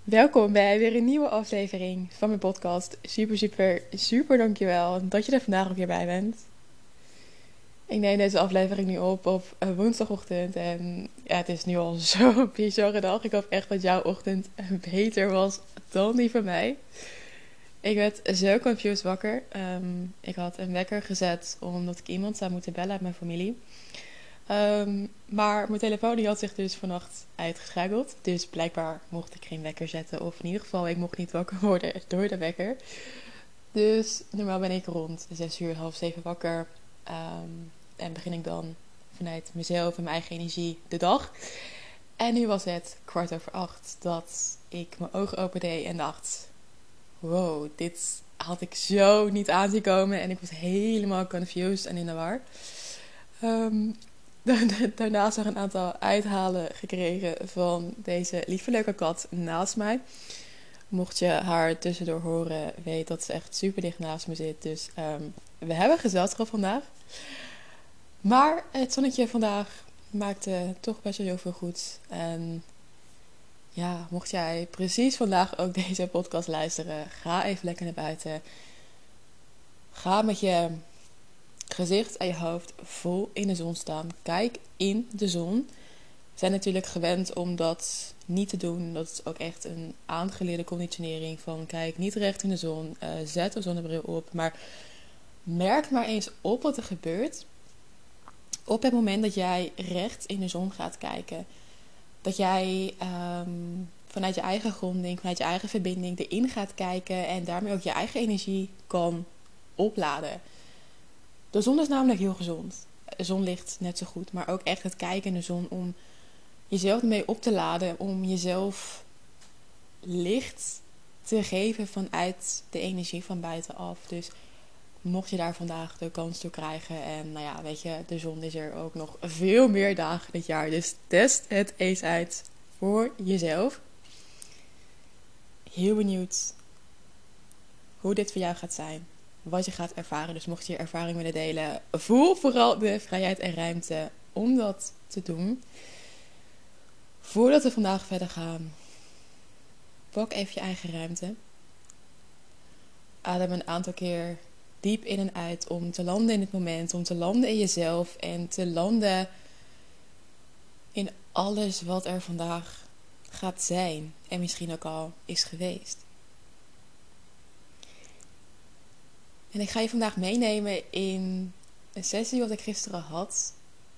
Welkom bij weer een nieuwe aflevering van mijn podcast. Super dankjewel dat je er vandaag ook weer bij bent. Ik neem deze aflevering nu op woensdagochtend en ja, het is nu al zo'n bizarre dag. Ik hoop echt dat jouw ochtend beter was dan die van mij. Ik werd zo confused wakker. Ik had een wekker gezet omdat ik iemand zou moeten bellen uit mijn familie. Maar mijn telefoon die had zich dus vannacht uitgeschakeld. Dus blijkbaar mocht ik geen wekker zetten. Of in ieder geval, ik mocht niet wakker worden door de wekker. Dus normaal ben ik rond 6 uur, half 7 wakker. En begin ik dan vanuit mezelf en mijn eigen energie de dag. En nu was het 7:15 dat ik mijn ogen opende en dacht... Wow, dit had ik zo niet aan zien komen. En ik was helemaal confused en in de war. Daarnaast nog een aantal uithalen gekregen van deze lieve leuke kat naast mij. Mocht je haar tussendoor horen, weet dat ze echt super dicht naast me zit. Dus we hebben gezelschap vandaag. Maar het zonnetje vandaag maakte toch best wel heel veel goed. En ja, mocht jij precies vandaag ook deze podcast luisteren, ga even lekker naar buiten. Ga met je gezicht en je hoofd vol in de zon staan. Kijk in de zon. We zijn natuurlijk gewend om dat niet te doen. Dat is ook echt een aangeleerde conditionering van kijk niet recht in de zon. Zet een zonnebril op. Maar merk maar eens op wat er gebeurt. Op het moment dat jij recht in de zon gaat kijken. Dat jij vanuit je eigen gronding, vanuit je eigen verbinding erin gaat kijken. En daarmee ook je eigen energie kan opladen. De zon is namelijk heel gezond. Zonlicht net zo goed. Maar ook echt het kijken in de zon om jezelf ermee op te laden. Om jezelf licht te geven vanuit de energie van buitenaf. Dus mocht je daar vandaag de kans toe krijgen. En nou ja, weet je, de zon is er ook nog veel meer dagen dit jaar. Dus test het eens uit voor jezelf. Heel benieuwd hoe dit voor jou gaat zijn. Wat je gaat ervaren. Dus mocht je je ervaring willen delen, voel vooral de vrijheid en ruimte om dat te doen. Voordat we vandaag verder gaan, pak even je eigen ruimte. Adem een aantal keer diep in en uit om te landen in het moment. Om te landen in jezelf en te landen in alles wat er vandaag gaat zijn. En misschien ook al is geweest. En ik ga je vandaag meenemen in een sessie wat ik gisteren had.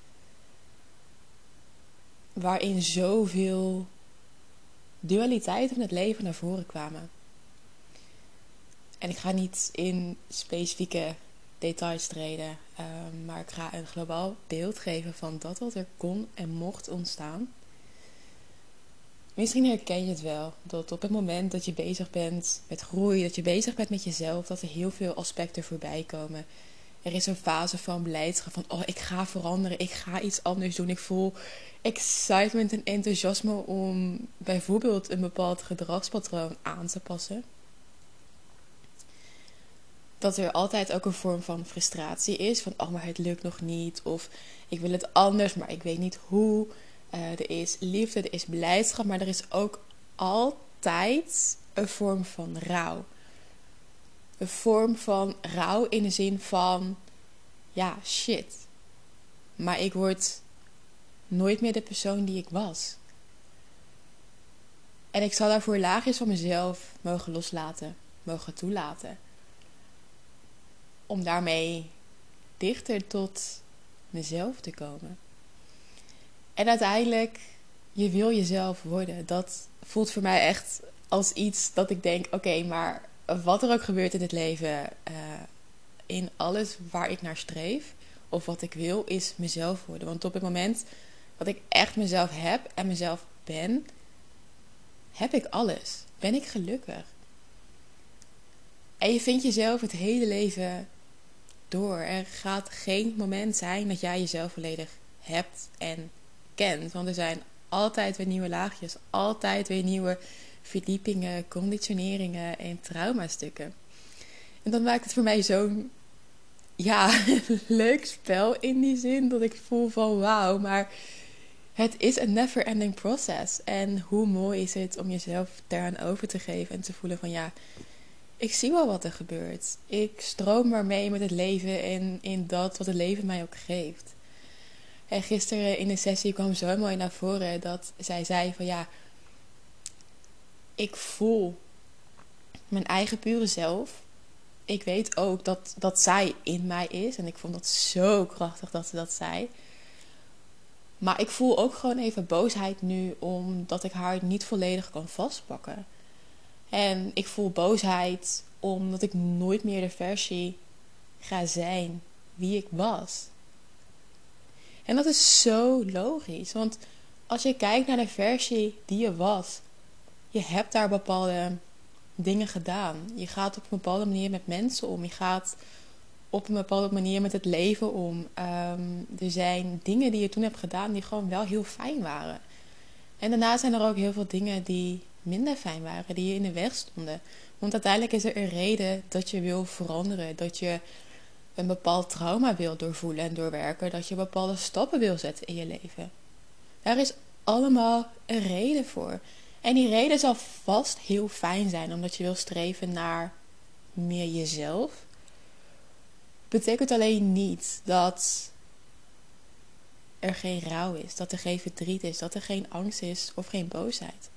Waarin zoveel dualiteiten van het leven naar voren kwamen. En ik ga niet in specifieke details treden. Maar ik ga een globaal beeld geven van dat wat er kon en mocht ontstaan. Misschien herken je het wel. Dat op het moment dat je bezig bent met groei. Dat je bezig bent met jezelf. Dat er heel veel aspecten voorbij komen. Er is een fase van blijdschap. Van oh, ik ga veranderen. Ik ga iets anders doen. Ik voel excitement en enthousiasme om bijvoorbeeld een bepaald gedragspatroon aan te passen. Dat er altijd ook een vorm van frustratie is. Van oh, maar het lukt nog niet. Of ik wil het anders, maar ik weet niet hoe. Er is liefde, er is blijdschap. Maar er is ook altijd een vorm van rouw. Een vorm van rouw in de zin van ja, shit. Maar ik word nooit meer de persoon die ik was. En ik zal daarvoor laagjes van mezelf mogen loslaten. Mogen toelaten. Om daarmee dichter tot mezelf te komen. En uiteindelijk, je wil jezelf worden. Dat voelt voor mij echt als iets dat ik denk, oké, maar wat er ook gebeurt in het leven, in alles waar ik naar streef, of wat ik wil, is mezelf worden. Want op het moment dat ik echt mezelf heb en mezelf ben, heb ik alles. Ben ik gelukkig. En je vindt jezelf het hele leven door. Er gaat geen moment zijn dat jij jezelf volledig hebt en kent. Want er zijn altijd weer nieuwe laagjes. Altijd weer nieuwe verdiepingen, conditioneringen en traumastukken. En dat maakt het voor mij zo'n leuk spel in die zin. Dat ik voel van wauw, maar het is een never ending process. En hoe mooi is het om jezelf daaraan over te geven en te voelen van ja, ik zie wel wat er gebeurt. Ik stroom maar mee met het leven en in dat wat het leven mij ook geeft. En gisteren in de sessie kwam zo mooi naar voren dat zij zei van ja, ik voel mijn eigen pure zelf. Ik weet ook dat zij in mij is. En ik vond dat zo krachtig dat ze dat zei. Maar ik voel ook gewoon even boosheid nu, omdat ik haar niet volledig kan vastpakken. En ik voel boosheid omdat ik nooit meer de versie ga zijn wie ik was. En dat is zo logisch. Want als je kijkt naar de versie die je was, je hebt daar bepaalde dingen gedaan. Je gaat op een bepaalde manier met mensen om. Je gaat op een bepaalde manier met het leven om. Er zijn dingen die je toen hebt gedaan die gewoon wel heel fijn waren. En daarna zijn er ook heel veel dingen die minder fijn waren, die je in de weg stonden. Want uiteindelijk is er een reden dat je wil veranderen. Dat je een bepaald trauma wil doorvoelen en doorwerken. Dat je bepaalde stappen wil zetten in je leven. Daar is allemaal een reden voor. En die reden zal vast heel fijn zijn, omdat je wil streven naar meer jezelf. Betekent alleen niet dat er geen rouw is, dat er geen verdriet is, dat er geen angst is of geen boosheid.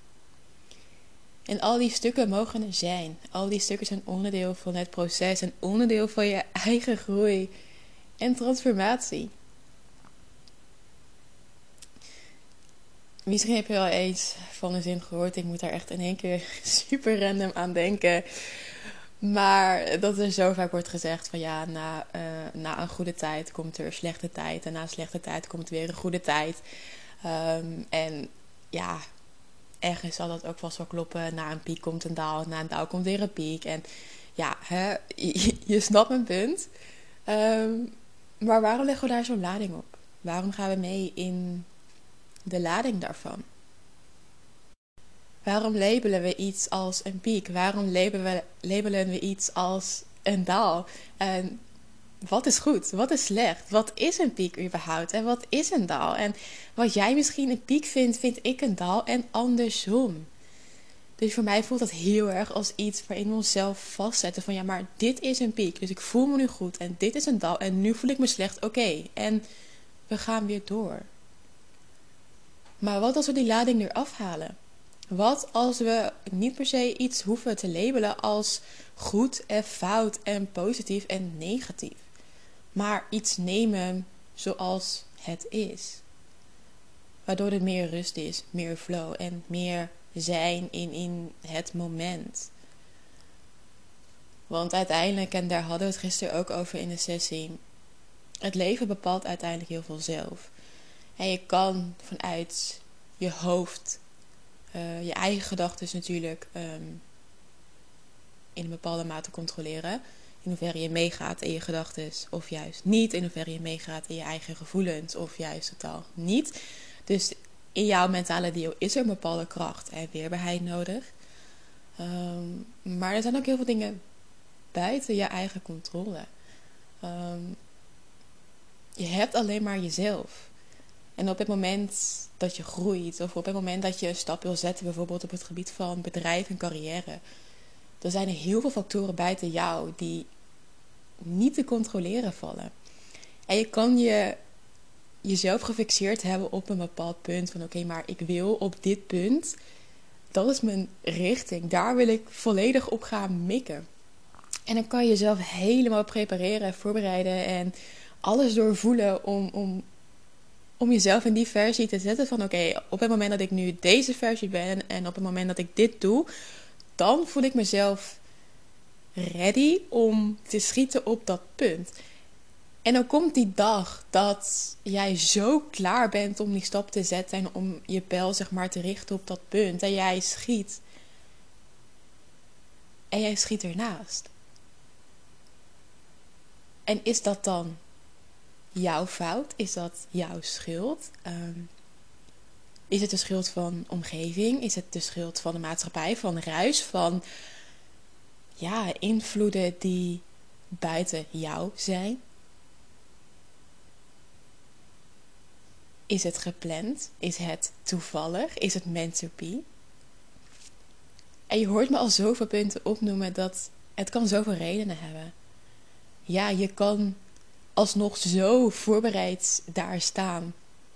En al die stukken mogen er zijn. Al die stukken zijn onderdeel van het proces en onderdeel van je eigen groei en transformatie. Misschien heb je wel eens van de zin gehoord. Ik moet daar echt in één keer super random aan denken. Maar dat er zo vaak wordt gezegd van ja, na een goede tijd komt er een slechte tijd. En na een slechte tijd komt weer een goede tijd. En ja, ergens zal dat ook vast wel kloppen. Na een piek komt een daal. Na een daal komt weer een piek. En ja, je snapt mijn punt. Maar waarom leggen we daar zo'n lading op? Waarom gaan we mee in de lading daarvan? Waarom labelen we iets als een piek? Waarom labelen we iets als een daal? En wat is goed? Wat is slecht? Wat is een piek überhaupt? En wat is een daal? En wat jij misschien een piek vindt, vind ik een daal en andersom. Dus voor mij voelt dat heel erg als iets waarin we onszelf vastzetten van ja, maar dit is een piek. Dus ik voel me nu goed en dit is een daal en nu voel ik me slecht. Oké. En we gaan weer door. Maar wat als we die lading er afhalen? Wat als we niet per se iets hoeven te labelen als goed en fout en positief en negatief. Maar iets nemen zoals het is. Waardoor er meer rust is, meer flow en meer zijn in het moment. Want uiteindelijk, en daar hadden we het gisteren ook over in de sessie. Het leven bepaalt uiteindelijk heel veel zelf. En je kan vanuit je hoofd je eigen gedachten natuurlijk in een bepaalde mate controleren. In hoeverre je meegaat in je gedachten of juist niet. In hoeverre je meegaat in je eigen gevoelens of juist totaal niet. Dus in jouw mentale deel is er een bepaalde kracht en weerbaarheid nodig. Maar er zijn ook heel veel dingen buiten je eigen controle. Je hebt alleen maar jezelf. En op het moment dat je groeit, of op het moment dat je een stap wil zetten, bijvoorbeeld op het gebied van bedrijf en carrière, dan zijn er heel veel factoren buiten jou die niet te controleren vallen. En je kan jezelf gefixeerd hebben op een bepaald punt van oké, maar ik wil op dit punt, dat is mijn richting. Daar wil ik volledig op gaan mikken. En dan kan je jezelf helemaal prepareren, voorbereiden en alles doorvoelen om jezelf in die versie te zetten van oké, op het moment dat ik nu deze versie ben en op het moment dat ik dit doe, dan voel ik mezelf ready om te schieten op dat punt. En dan komt die dag dat jij zo klaar bent om die stap te zetten en om je pijl zeg maar te richten op dat punt. En jij schiet. En jij schiet ernaast. En is dat dan jouw fout? Is dat jouw schuld? Is het de schuld van omgeving? Is het de schuld van de maatschappij? Van ruis? Van invloeden die buiten jou zijn? Is het gepland? Is het toevallig? Is het meant to be? En je hoort me al zoveel punten opnoemen dat het kan zoveel redenen hebben. Ja, je kan alsnog zo voorbereid daar staan,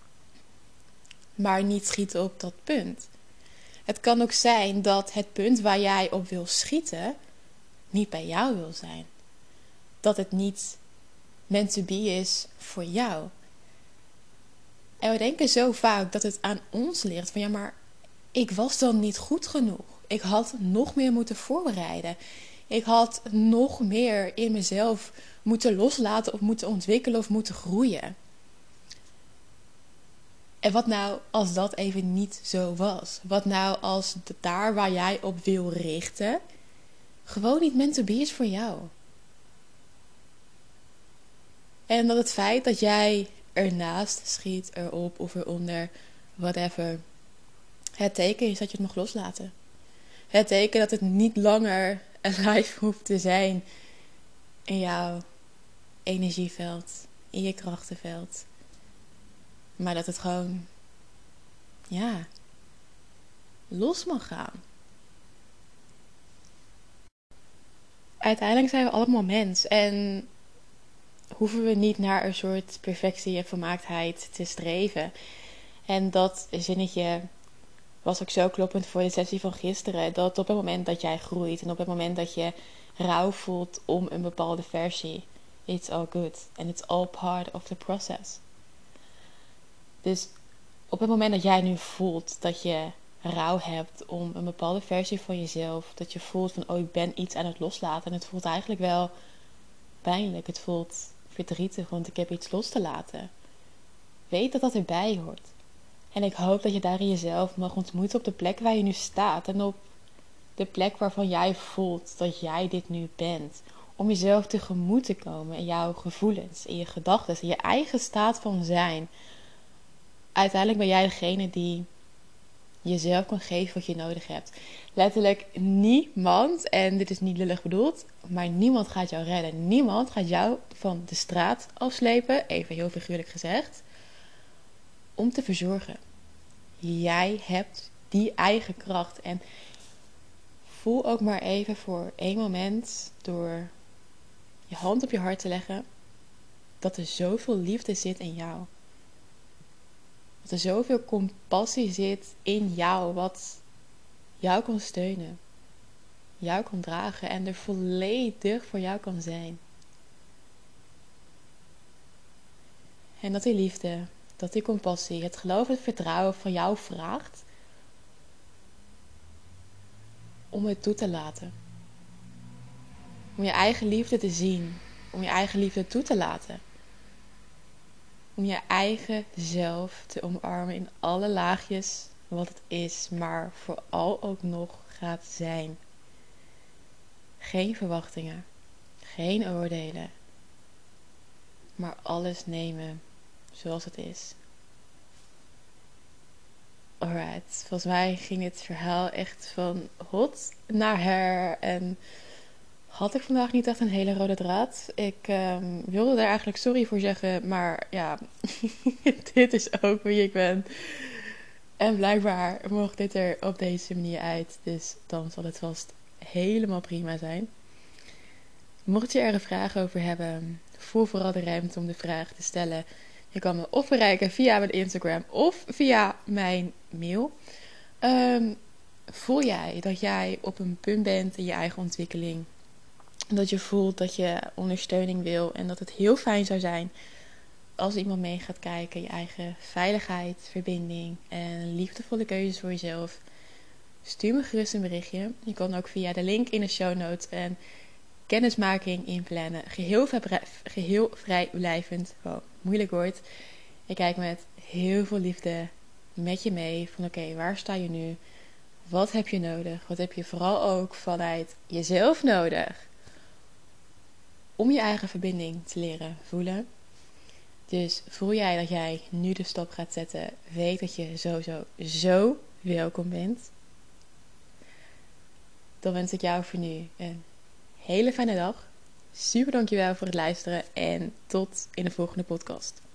maar niet schieten op dat punt. Het kan ook zijn dat het punt waar jij op wil schieten niet bij jou wil zijn. Dat het niet meant to be is voor jou. En we denken zo vaak dat het aan ons ligt van ja, maar ik was dan niet goed genoeg. Ik had nog meer moeten voorbereiden. Ik had nog meer in mezelf moeten loslaten of moeten ontwikkelen of moeten groeien. En wat nou als dat even niet zo was? Wat nou als daar waar jij op wil richten gewoon niet meant to be is voor jou? En dat het feit dat jij ernaast schiet, erop of eronder, whatever, het teken is dat je het mag loslaten. Het teken dat het niet langer alive hoeft te zijn in jouw energieveld, in je krachtenveld. Maar dat het gewoon, ja, los mag gaan. Uiteindelijk zijn we allemaal mens en hoeven we niet naar een soort perfectie en volmaaktheid te streven. En dat zinnetje was ook zo kloppend voor de sessie van gisteren. Dat op het moment dat jij groeit en op het moment dat je rouw voelt om een bepaalde versie, it's all good. And it's all part of the process. Dus op het moment dat jij nu voelt dat je rouw hebt om een bepaalde versie van jezelf, dat je voelt van, oh, ik ben iets aan het loslaten. En het voelt eigenlijk wel pijnlijk. Het voelt verdrietig, want ik heb iets los te laten. Weet dat dat erbij hoort. En ik hoop dat je daarin jezelf mag ontmoeten op de plek waar je nu staat. En op de plek waarvan jij voelt dat jij dit nu bent. Om jezelf tegemoet te komen in jouw gevoelens, in je gedachten, in je eigen staat van zijn. Uiteindelijk ben jij degene die jezelf kan geven wat je nodig hebt. Letterlijk niemand, en dit is niet lullig bedoeld, maar niemand gaat jou redden. Niemand gaat jou van de straat afslepen, even heel figuurlijk gezegd, om te verzorgen. Jij hebt die eigen kracht. En voel ook maar even voor 1 moment, door je hand op je hart te leggen, dat er zoveel liefde zit in jou. Dat er zoveel compassie zit in jou, wat jou kan steunen, jou kan dragen en er volledig voor jou kan zijn. En dat die liefde, dat die compassie, het geloof, het vertrouwen van jou vraagt om het toe te laten. Om je eigen liefde te zien, om je eigen liefde toe te laten. Om je eigen zelf te omarmen in alle laagjes wat het is, maar vooral ook nog gaat zijn. Geen verwachtingen, geen oordelen, maar alles nemen zoals het is. Alright, volgens mij ging dit verhaal echt van hot naar her en had ik vandaag niet echt een hele rode draad. Ik wilde daar eigenlijk sorry voor zeggen, maar ja, dit is ook wie ik ben. En blijkbaar mocht dit er op deze manier uit, dus dan zal het vast helemaal prima zijn. Mocht je er een vraag over hebben, voel vooral de ruimte om de vraag te stellen. Je kan me of bereiken via mijn Instagram of via mijn mail. Voel jij dat jij op een punt bent in je eigen ontwikkeling? Dat je voelt dat je ondersteuning wil en dat het heel fijn zou zijn als iemand mee gaat kijken. Je eigen veiligheid, verbinding en liefdevolle keuzes voor jezelf. Stuur me gerust een berichtje. Je kan ook via de link in de show notes een kennismaking inplannen. Geheel vrijblijvend. Wow, moeilijk woord. Ik kijk met heel veel liefde met je mee. Van oké, waar sta je nu? Wat heb je nodig? Wat heb je vooral ook vanuit jezelf nodig? Om je eigen verbinding te leren voelen. Dus voel jij dat jij nu de stap gaat zetten. Weet dat je sowieso zo welkom bent. Dan wens ik jou voor nu een hele fijne dag. Super dankjewel voor het luisteren. En tot in de volgende podcast.